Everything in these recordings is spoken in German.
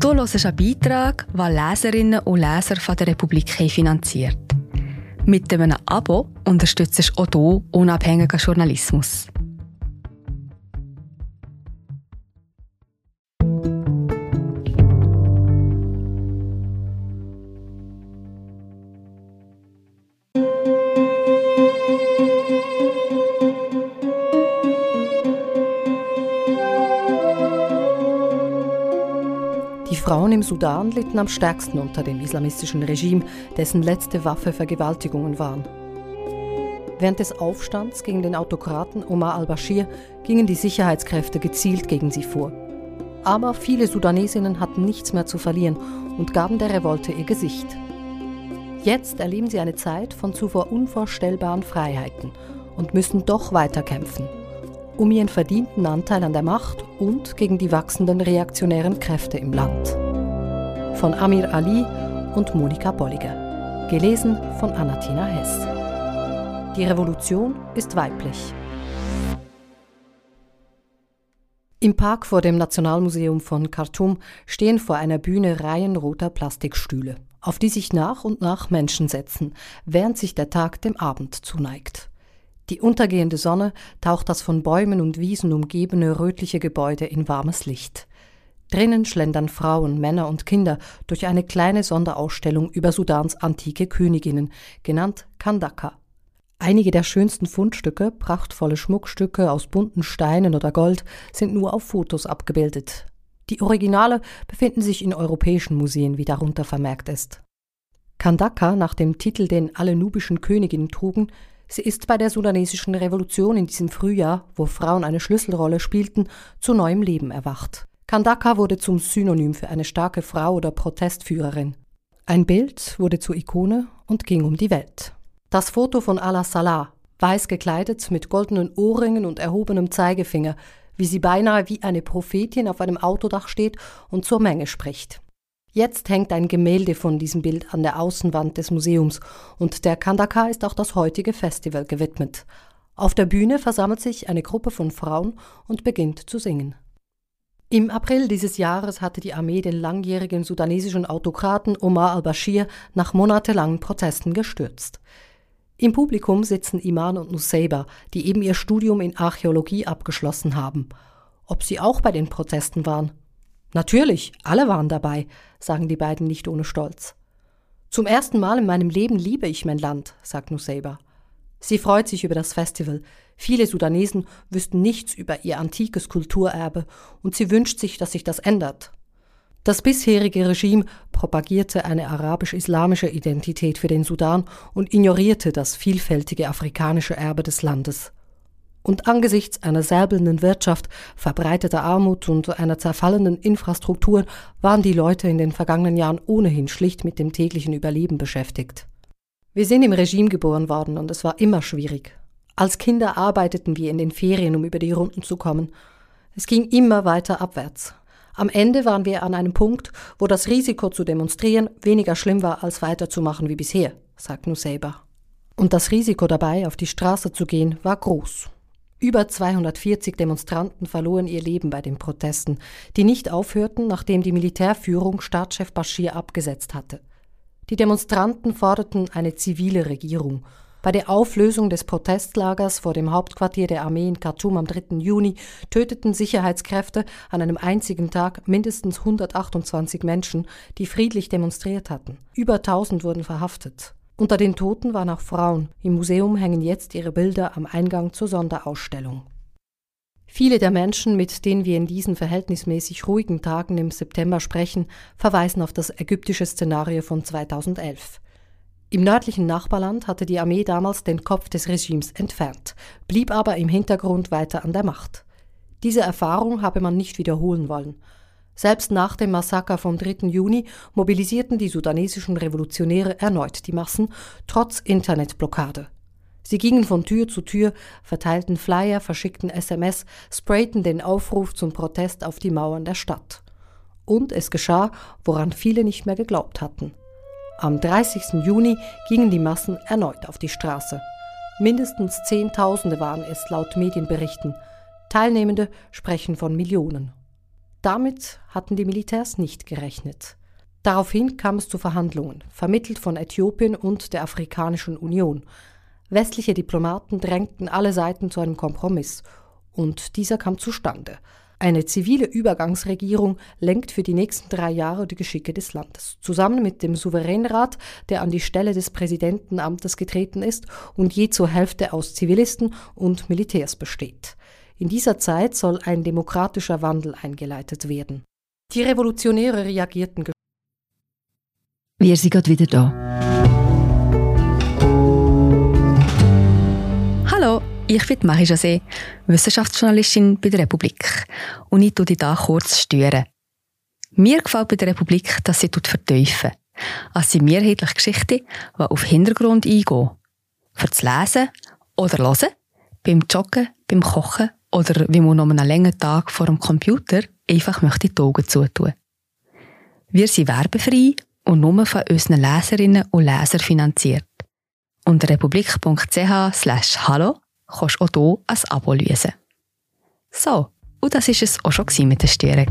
Du hörst einen Beitrag, den Leserinnen und Leser von der Republik finanziert. Mit einem Abo unterstützt auch du unabhängigen Journalismus. Die Frauen im Sudan litten am stärksten unter dem islamistischen Regime, dessen letzte Waffe Vergewaltigungen waren. Während des Aufstands gegen den Autokraten Omar al-Bashir gingen die Sicherheitskräfte gezielt gegen sie vor. Aber viele Sudanesinnen hatten nichts mehr zu verlieren und gaben der Revolte ihr Gesicht. Jetzt erleben sie eine Zeit von zuvor unvorstellbaren Freiheiten und müssen doch weiterkämpfen, um ihren verdienten Anteil an der Macht und gegen die wachsenden reaktionären Kräfte im Land. Von Amir Ali und Monika Bolliger. Gelesen von Anatina Hess. Die Revolution ist weiblich. Im Park vor dem Nationalmuseum von Khartoum stehen vor einer Bühne Reihen roter Plastikstühle, auf die sich nach und nach Menschen setzen, während sich der Tag dem Abend zuneigt. Die untergehende Sonne taucht das von Bäumen und Wiesen umgebene rötliche Gebäude in warmes Licht. Drinnen schlendern Frauen, Männer und Kinder durch eine kleine Sonderausstellung über Sudans antike Königinnen, genannt Kandaka. Einige der schönsten Fundstücke, prachtvolle Schmuckstücke aus bunten Steinen oder Gold, sind nur auf Fotos abgebildet. Die Originale befinden sich in europäischen Museen, wie darunter vermerkt ist. Kandaka, nach dem Titel, den alle nubischen Königinnen trugen, sie ist bei der sudanesischen Revolution in diesem Frühjahr, wo Frauen eine Schlüsselrolle spielten, zu neuem Leben erwacht. Kandaka wurde zum Synonym für eine starke Frau oder Protestführerin. Ein Bild wurde zur Ikone und ging um die Welt. Das Foto von Ala Salah, weiß gekleidet, mit goldenen Ohrringen und erhobenem Zeigefinger, wie sie beinahe wie eine Prophetin auf einem Autodach steht und zur Menge spricht. Jetzt hängt ein Gemälde von diesem Bild an der Außenwand des Museums und der Kandaka ist auch das heutige Festival gewidmet. Auf der Bühne versammelt sich eine Gruppe von Frauen und beginnt zu singen. Im April dieses Jahres hatte die Armee den langjährigen sudanesischen Autokraten Omar al-Bashir nach monatelangen Protesten gestürzt. Im Publikum sitzen Iman und Nusayba, die eben ihr Studium in Archäologie abgeschlossen haben. Ob sie auch bei den Protesten waren? Natürlich, alle waren dabei, sagen die beiden nicht ohne Stolz. Zum ersten Mal in meinem Leben liebe ich mein Land, sagt Nusayba. Sie freut sich über das Festival. Viele Sudanesen wüssten nichts über ihr antikes Kulturerbe und sie wünscht sich, dass sich das ändert. Das bisherige Regime propagierte eine arabisch-islamische Identität für den Sudan und ignorierte das vielfältige afrikanische Erbe des Landes. Und angesichts einer säbelnden Wirtschaft, verbreiteter Armut und einer zerfallenen Infrastruktur waren die Leute in den vergangenen Jahren ohnehin schlicht mit dem täglichen Überleben beschäftigt. Wir sind im Regime geboren worden und es war immer schwierig. Als Kinder arbeiteten wir in den Ferien, um über die Runden zu kommen. Es ging immer weiter abwärts. Am Ende waren wir an einem Punkt, wo das Risiko zu demonstrieren weniger schlimm war, als weiterzumachen wie bisher, sagt Nusayba. Und das Risiko dabei, auf die Straße zu gehen, war groß. Über 240 Demonstranten verloren ihr Leben bei den Protesten, die nicht aufhörten, nachdem die Militärführung Staatschef Bashir abgesetzt hatte. Die Demonstranten forderten eine zivile Regierung. Bei der Auflösung des Protestlagers vor dem Hauptquartier der Armee in Khartoum am 3. Juni töteten Sicherheitskräfte an einem einzigen Tag mindestens 128 Menschen, die friedlich demonstriert hatten. Über 1000 wurden verhaftet. Unter den Toten waren auch Frauen. Im Museum hängen jetzt ihre Bilder am Eingang zur Sonderausstellung. Viele der Menschen, mit denen wir in diesen verhältnismäßig ruhigen Tagen im September sprechen, verweisen auf das ägyptische Szenario von 2011. Im nördlichen Nachbarland hatte die Armee damals den Kopf des Regimes entfernt, blieb aber im Hintergrund weiter an der Macht. Diese Erfahrung habe man nicht wiederholen wollen. Selbst nach dem Massaker vom 3. Juni mobilisierten die sudanesischen Revolutionäre erneut die Massen, trotz Internetblockade. Sie gingen von Tür zu Tür, verteilten Flyer, verschickten SMS, sprayten den Aufruf zum Protest auf die Mauern der Stadt. Und es geschah, woran viele nicht mehr geglaubt hatten. Am 30. Juni gingen die Massen erneut auf die Straße. Mindestens Zehntausende waren es laut Medienberichten. Teilnehmende sprechen von Millionen. Damit hatten die Militärs nicht gerechnet. Daraufhin kam es zu Verhandlungen, vermittelt von Äthiopien und der Afrikanischen Union. Westliche Diplomaten drängten alle Seiten zu einem Kompromiss. Und dieser kam zustande. Eine zivile Übergangsregierung lenkt für die nächsten 3 Jahre die Geschicke des Landes, zusammen mit dem Souveränrat, der an die Stelle des Präsidentenamtes getreten ist und je zur Hälfte aus Zivilisten und Militärs besteht. In dieser Zeit soll ein demokratischer Wandel eingeleitet werden. Die Revolutionäre reagierten. Wir sind gerade wieder da. Hallo, ich bin Marie José, Wissenschaftsjournalistin bei der Republik. Und ich tue dich hier kurz stören. Mir gefällt bei der Republik, dass sie vertiefen. Es sind mehrheitliche Geschichten, die auf Hintergrund eingehen. Fürs Lesen oder Hören, beim Joggen, beim Kochen oder wie man nach einem langen Tag vor dem Computer einfach möchte die Augen zutun. Wir sind werbefrei und nur von unseren Leserinnen und Lesern finanziert. Unter republik.ch/hallo kannst du auch hier ein Abo lösen. So, und das war es auch schon mit der Störung.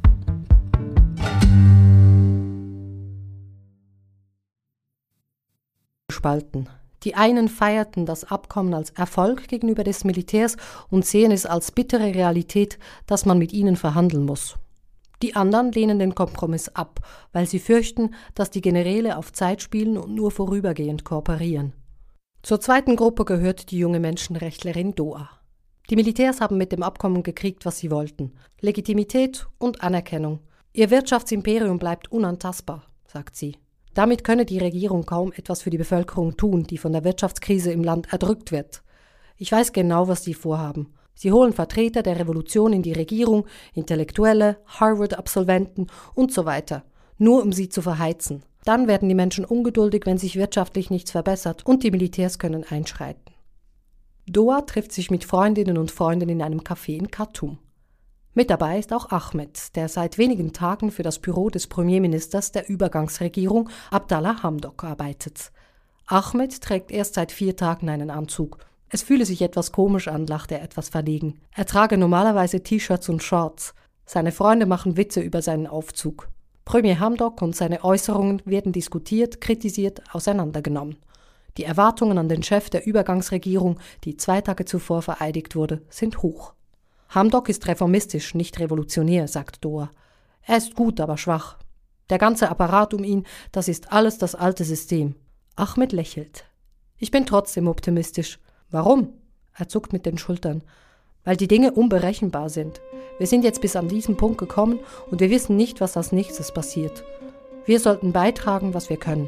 Spalten. Die einen feierten das Abkommen als Erfolg gegenüber des Militärs und sehen es als bittere Realität, dass man mit ihnen verhandeln muss. Die anderen lehnen den Kompromiss ab, weil sie fürchten, dass die Generäle auf Zeit spielen und nur vorübergehend kooperieren. Zur zweiten Gruppe gehört die junge Menschenrechtlerin Doa. Die Militärs haben mit dem Abkommen gekriegt, was sie wollten: Legitimität und Anerkennung. Ihr Wirtschaftsimperium bleibt unantastbar, sagt sie. Damit könne die Regierung kaum etwas für die Bevölkerung tun, die von der Wirtschaftskrise im Land erdrückt wird. Ich weiß genau, was sie vorhaben. Sie holen Vertreter der Revolution in die Regierung, Intellektuelle, Harvard-Absolventen und so weiter, nur um sie zu verheizen. Dann werden die Menschen ungeduldig, wenn sich wirtschaftlich nichts verbessert, und die Militärs können einschreiten. Doa trifft sich mit Freundinnen und Freunden in einem Café in Khartoum. Mit dabei ist auch Ahmed, der seit wenigen Tagen für das Büro des Premierministers der Übergangsregierung Abdallah Hamdok arbeitet. Ahmed trägt erst seit 4 Tagen einen Anzug. Es fühle sich etwas komisch an, lacht er etwas verlegen. Er trage normalerweise T-Shirts und Shorts. Seine Freunde machen Witze über seinen Aufzug. Premier Hamdok und seine Äußerungen werden diskutiert, kritisiert, auseinandergenommen. Die Erwartungen an den Chef der Übergangsregierung, die 2 Tage zuvor vereidigt wurde, sind hoch. Hamdok ist reformistisch, nicht revolutionär, sagt Doa. Er ist gut, aber schwach. Der ganze Apparat um ihn, das ist alles das alte System. Ahmed lächelt. Ich bin trotzdem optimistisch. Warum? Er zuckt mit den Schultern. Weil die Dinge unberechenbar sind. Wir sind jetzt bis an diesen Punkt gekommen und wir wissen nicht, was als nächstes passiert. Wir sollten beitragen, was wir können.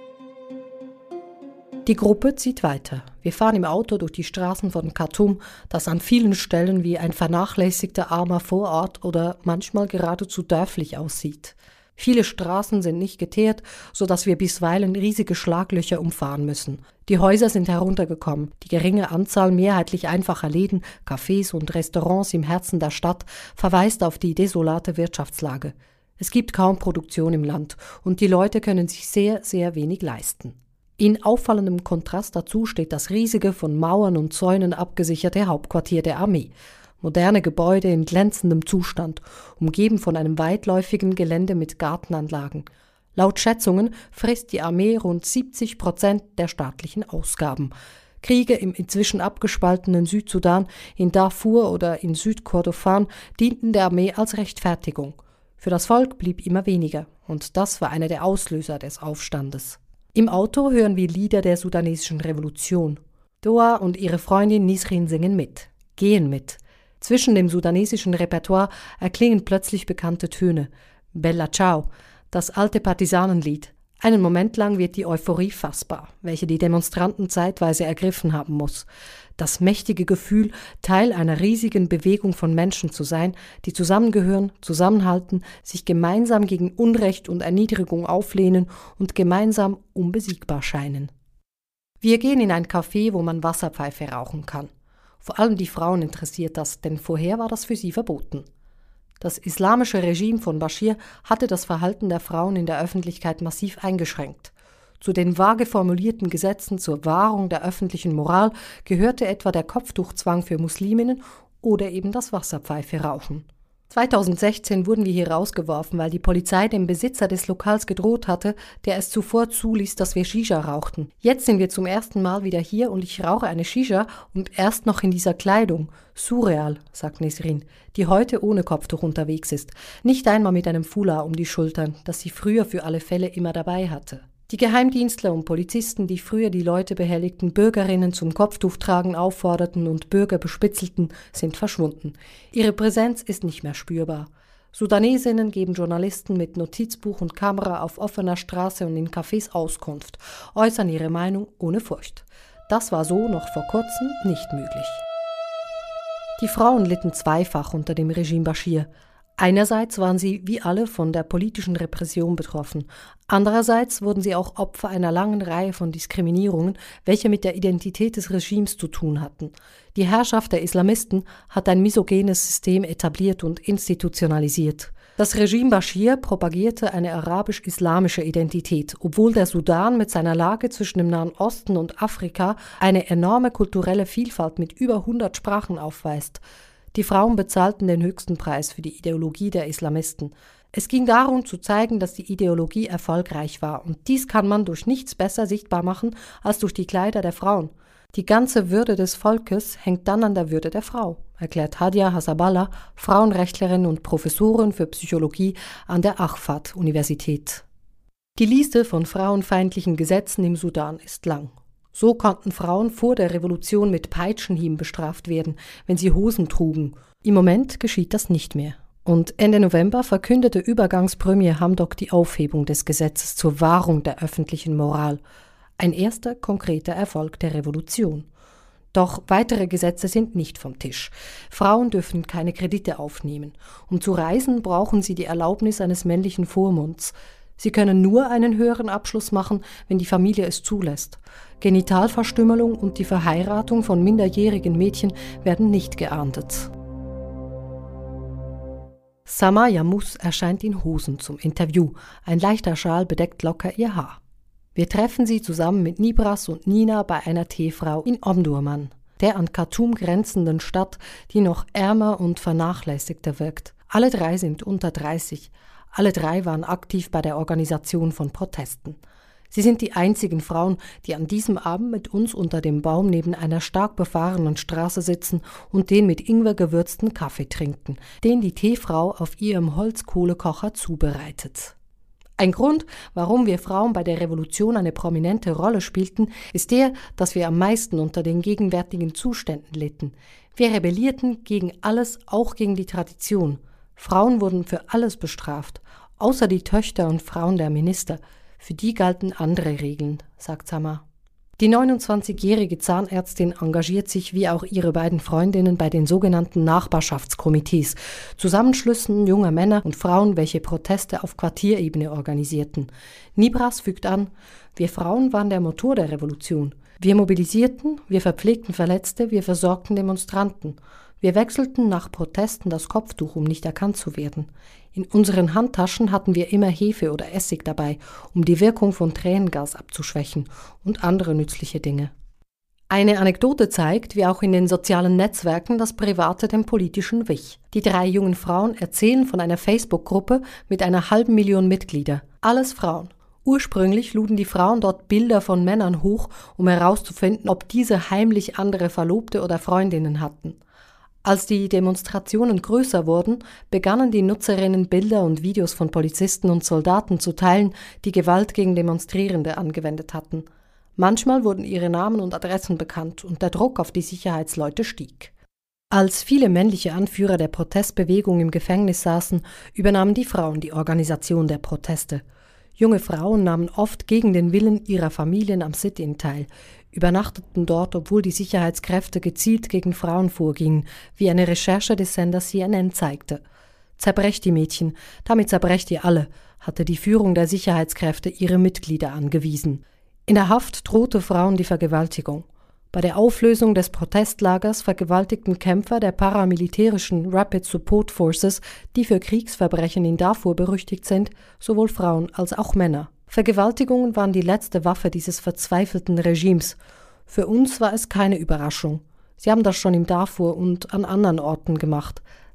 Die Gruppe zieht weiter. Wir fahren im Auto durch die Straßen von Khartoum, das an vielen Stellen wie ein vernachlässigter armer Vorort oder manchmal geradezu dörflich aussieht. Viele Straßen sind nicht geteert, sodass wir bisweilen riesige Schlaglöcher umfahren müssen. Die Häuser sind heruntergekommen. Die geringe Anzahl mehrheitlich einfacher Läden, Cafés und Restaurants im Herzen der Stadt verweist auf die desolate Wirtschaftslage. Es gibt kaum Produktion im Land und die Leute können sich sehr, sehr wenig leisten. In auffallendem Kontrast dazu steht das riesige, von Mauern und Zäunen abgesicherte Hauptquartier der Armee. Moderne Gebäude in glänzendem Zustand, umgeben von einem weitläufigen Gelände mit Gartenanlagen. Laut Schätzungen frisst die Armee rund 70% der staatlichen Ausgaben. Kriege im inzwischen abgespaltenen Südsudan, in Darfur oder in Südkordofan dienten der Armee als Rechtfertigung. Für das Volk blieb immer weniger, und das war einer der Auslöser des Aufstandes. Im Auto hören wir Lieder der sudanesischen Revolution. Doa und ihre Freundin Nisrin singen mit, gehen mit. Zwischen dem sudanesischen Repertoire erklingen plötzlich bekannte Töne. Bella Ciao, das alte Partisanenlied. Einen Moment lang wird die Euphorie fassbar, welche die Demonstranten zeitweise ergriffen haben muss. Das mächtige Gefühl, Teil einer riesigen Bewegung von Menschen zu sein, die zusammengehören, zusammenhalten, sich gemeinsam gegen Unrecht und Erniedrigung auflehnen und gemeinsam unbesiegbar scheinen. Wir gehen in ein Café, wo man Wasserpfeife rauchen kann. Vor allem die Frauen interessiert das, denn vorher war das für sie verboten. Das islamische Regime von Bashir hatte das Verhalten der Frauen in der Öffentlichkeit massiv eingeschränkt. Zu den vage formulierten Gesetzen zur Wahrung der öffentlichen Moral gehörte etwa der Kopftuchzwang für Musliminnen oder eben das Wasserpfeife rauchen. 2016 wurden wir hier rausgeworfen, weil die Polizei dem Besitzer des Lokals gedroht hatte, der es zuvor zuließ, dass wir Shisha rauchten. Jetzt sind wir zum ersten Mal wieder hier und ich rauche eine Shisha und erst noch in dieser Kleidung. Surreal, sagt Nesrin, die heute ohne Kopftuch unterwegs ist. Nicht einmal mit einem Foulard um die Schultern, das sie früher für alle Fälle immer dabei hatte. Die Geheimdienstler und Polizisten, die früher die Leute behelligten, Bürgerinnen zum Kopftuchtragen aufforderten und Bürger bespitzelten, sind verschwunden. Ihre Präsenz ist nicht mehr spürbar. Sudanesinnen geben Journalisten mit Notizbuch und Kamera auf offener Straße und in Cafés Auskunft, äußern ihre Meinung ohne Furcht. Das war so noch vor kurzem nicht möglich. Die Frauen litten zweifach unter dem Regime Bashir. Einerseits waren sie wie alle von der politischen Repression betroffen. Andererseits wurden sie auch Opfer einer langen Reihe von Diskriminierungen, welche mit der Identität des Regimes zu tun hatten. Die Herrschaft der Islamisten hat ein misogynes System etabliert und institutionalisiert. Das Regime Bashir propagierte eine arabisch-islamische Identität, obwohl der Sudan mit seiner Lage zwischen dem Nahen Osten und Afrika eine enorme kulturelle Vielfalt mit über 100 Sprachen aufweist. Die Frauen bezahlten den höchsten Preis für die Ideologie der Islamisten. Es ging darum zu zeigen, dass die Ideologie erfolgreich war und dies kann man durch nichts besser sichtbar machen als durch die Kleider der Frauen. Die ganze Würde des Volkes hängt dann an der Würde der Frau, erklärt Hadia Hasaballah, Frauenrechtlerin und Professorin für Psychologie an der Ahfad-Universität. Die Liste von frauenfeindlichen Gesetzen im Sudan ist lang. So konnten Frauen vor der Revolution mit Peitschenhieben bestraft werden, wenn sie Hosen trugen. Im Moment geschieht das nicht mehr. Und Ende November verkündete Übergangspremier Hamdok die Aufhebung des Gesetzes zur Wahrung der öffentlichen Moral. Ein erster konkreter Erfolg der Revolution. Doch weitere Gesetze sind nicht vom Tisch. Frauen dürfen keine Kredite aufnehmen. Um zu reisen, brauchen sie die Erlaubnis eines männlichen Vormunds. Sie können nur einen höheren Abschluss machen, wenn die Familie es zulässt. Genitalverstümmelung und die Verheiratung von minderjährigen Mädchen werden nicht geahndet. Sama Yamus erscheint in Hosen zum Interview. Ein leichter Schal bedeckt locker ihr Haar. Wir treffen sie zusammen mit Nibras und Nina bei einer Teefrau in Omdurman, der an Khartoum grenzenden Stadt, die noch ärmer und vernachlässigter wirkt. Alle drei sind unter 30. Alle drei waren aktiv bei der Organisation von Protesten. Sie sind die einzigen Frauen, die an diesem Abend mit uns unter dem Baum neben einer stark befahrenen Straße sitzen und den mit Ingwer gewürzten Kaffee trinken, den die Teefrau auf ihrem Holzkohlekocher zubereitet. Ein Grund, warum wir Frauen bei der Revolution eine prominente Rolle spielten, ist der, dass wir am meisten unter den gegenwärtigen Zuständen litten. Wir rebellierten gegen alles, auch gegen die Tradition. Frauen wurden für alles bestraft, außer die Töchter und Frauen der Minister. Für die galten andere Regeln, sagt Sama. Die 29-jährige Zahnärztin engagiert sich wie auch ihre beiden Freundinnen bei den sogenannten Nachbarschaftskomitees, Zusammenschlüssen junger Männer und Frauen, welche Proteste auf Quartierebene organisierten. Nibras fügt an: Wir Frauen waren der Motor der Revolution. Wir mobilisierten, wir verpflegten Verletzte, wir versorgten Demonstranten. Wir wechselten nach Protesten das Kopftuch, um nicht erkannt zu werden. In unseren Handtaschen hatten wir immer Hefe oder Essig dabei, um die Wirkung von Tränengas abzuschwächen und andere nützliche Dinge. Eine Anekdote zeigt, wie auch in den sozialen Netzwerken das Private dem Politischen wich. Die 3 jungen Frauen erzählen von einer Facebook-Gruppe mit einer 500.000 Mitglieder. Alles Frauen. Ursprünglich luden die Frauen dort Bilder von Männern hoch, um herauszufinden, ob diese heimlich andere Verlobte oder Freundinnen hatten. Als die Demonstrationen größer wurden, begannen die Nutzerinnen Bilder und Videos von Polizisten und Soldaten zu teilen, die Gewalt gegen Demonstrierende angewendet hatten. Manchmal wurden ihre Namen und Adressen bekannt und der Druck auf die Sicherheitsleute stieg. Als viele männliche Anführer der Protestbewegung im Gefängnis saßen, übernahmen die Frauen die Organisation der Proteste. Junge Frauen nahmen oft gegen den Willen ihrer Familien am Sit-in teil, übernachteten dort, obwohl die Sicherheitskräfte gezielt gegen Frauen vorgingen, wie eine Recherche des Senders CNN zeigte. Zerbrecht die Mädchen, damit zerbrecht ihr alle, hatte die Führung der Sicherheitskräfte ihre Mitglieder angewiesen. In der Haft drohte Frauen die Vergewaltigung. Bei der Auflösung des Protestlagers vergewaltigten Kämpfer der paramilitärischen Rapid Support Forces, die für Kriegsverbrechen in Darfur berüchtigt sind, sowohl Frauen als auch Männer. Vergewaltigungen waren die letzte Waffe dieses verzweifelten Regimes. Für uns war es keine Überraschung. Sie haben das schon im Darfur und an anderen Orten gemacht,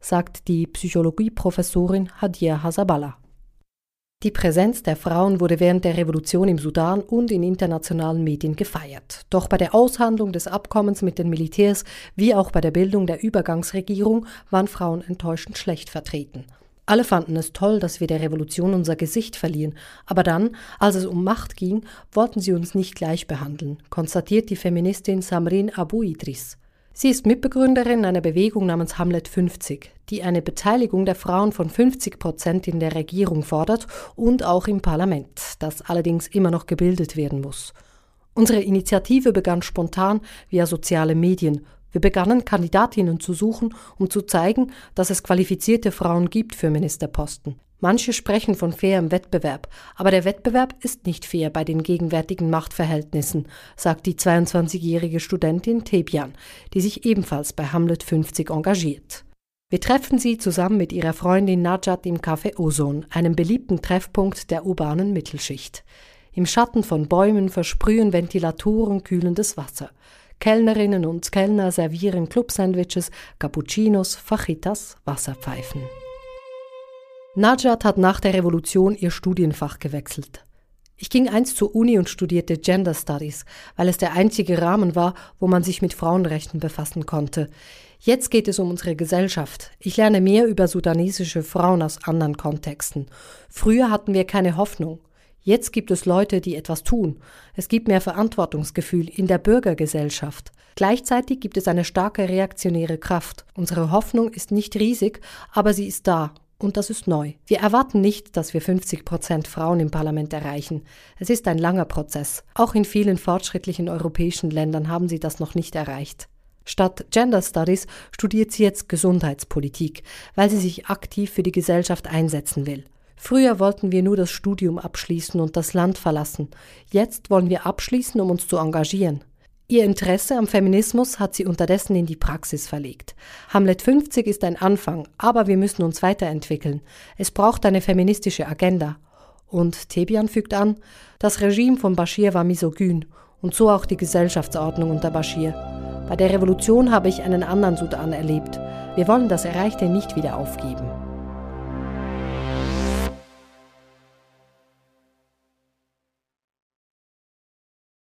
sagt die Psychologieprofessorin Hadia Hasaballah. Die Präsenz der Frauen wurde während der Revolution im Sudan und in internationalen Medien gefeiert. Doch bei der Aushandlung des Abkommens mit den Militärs wie auch bei der Bildung der Übergangsregierung waren Frauen enttäuschend schlecht vertreten. Alle fanden es toll, dass wir der Revolution unser Gesicht verlieren, aber dann, als es um Macht ging, wollten sie uns nicht gleich behandeln, konstatiert die Feministin Samrin Abu Idris. Sie ist Mitbegründerin einer Bewegung namens Hamlet 50, die eine Beteiligung der Frauen von 50% in der Regierung fordert und auch im Parlament, das allerdings immer noch gebildet werden muss. Unsere Initiative begann spontan via soziale Medien. Wir begannen, Kandidatinnen zu suchen, um zu zeigen, dass es qualifizierte Frauen gibt für Ministerposten. Manche sprechen von fairem Wettbewerb, aber der Wettbewerb ist nicht fair bei den gegenwärtigen Machtverhältnissen, sagt die 22-jährige Studentin Tebian, die sich ebenfalls bei Hamlet 50 engagiert. Wir treffen sie zusammen mit ihrer Freundin Najat im Café Ozon, einem beliebten Treffpunkt der urbanen Mittelschicht. Im Schatten von Bäumen versprühen Ventilatoren kühlendes Wasser. Kellnerinnen und Kellner servieren Club-Sandwiches, Cappuccinos, Fajitas, Wasserpfeifen. Najat hat nach der Revolution ihr Studienfach gewechselt. Ich ging einst zur Uni und studierte Gender Studies, weil es der einzige Rahmen war, wo man sich mit Frauenrechten befassen konnte. Jetzt geht es um unsere Gesellschaft. Ich lerne mehr über sudanesische Frauen aus anderen Kontexten. Früher hatten wir keine Hoffnung. Jetzt gibt es Leute, die etwas tun. Es gibt mehr Verantwortungsgefühl in der Bürgergesellschaft. Gleichzeitig gibt es eine starke reaktionäre Kraft. Unsere Hoffnung ist nicht riesig, aber sie ist da. Und das ist neu. Wir erwarten nicht, dass wir 50% Frauen im Parlament erreichen. Es ist ein langer Prozess. Auch in vielen fortschrittlichen europäischen Ländern haben sie das noch nicht erreicht. Statt Gender Studies studiert sie jetzt Gesundheitspolitik, weil sie sich aktiv für die Gesellschaft einsetzen will. Früher wollten wir nur das Studium abschließen und das Land verlassen. Jetzt wollen wir abschließen, um uns zu engagieren. Ihr Interesse am Feminismus hat sie unterdessen in die Praxis verlegt. Hamlet 50 ist ein Anfang, aber wir müssen uns weiterentwickeln. Es braucht eine feministische Agenda. Und Tebian fügt an, das Regime von Bashir war misogyn und so auch die Gesellschaftsordnung unter Bashir. Bei der Revolution habe ich einen anderen Sudan erlebt. Wir wollen das Erreichte nicht wieder aufgeben.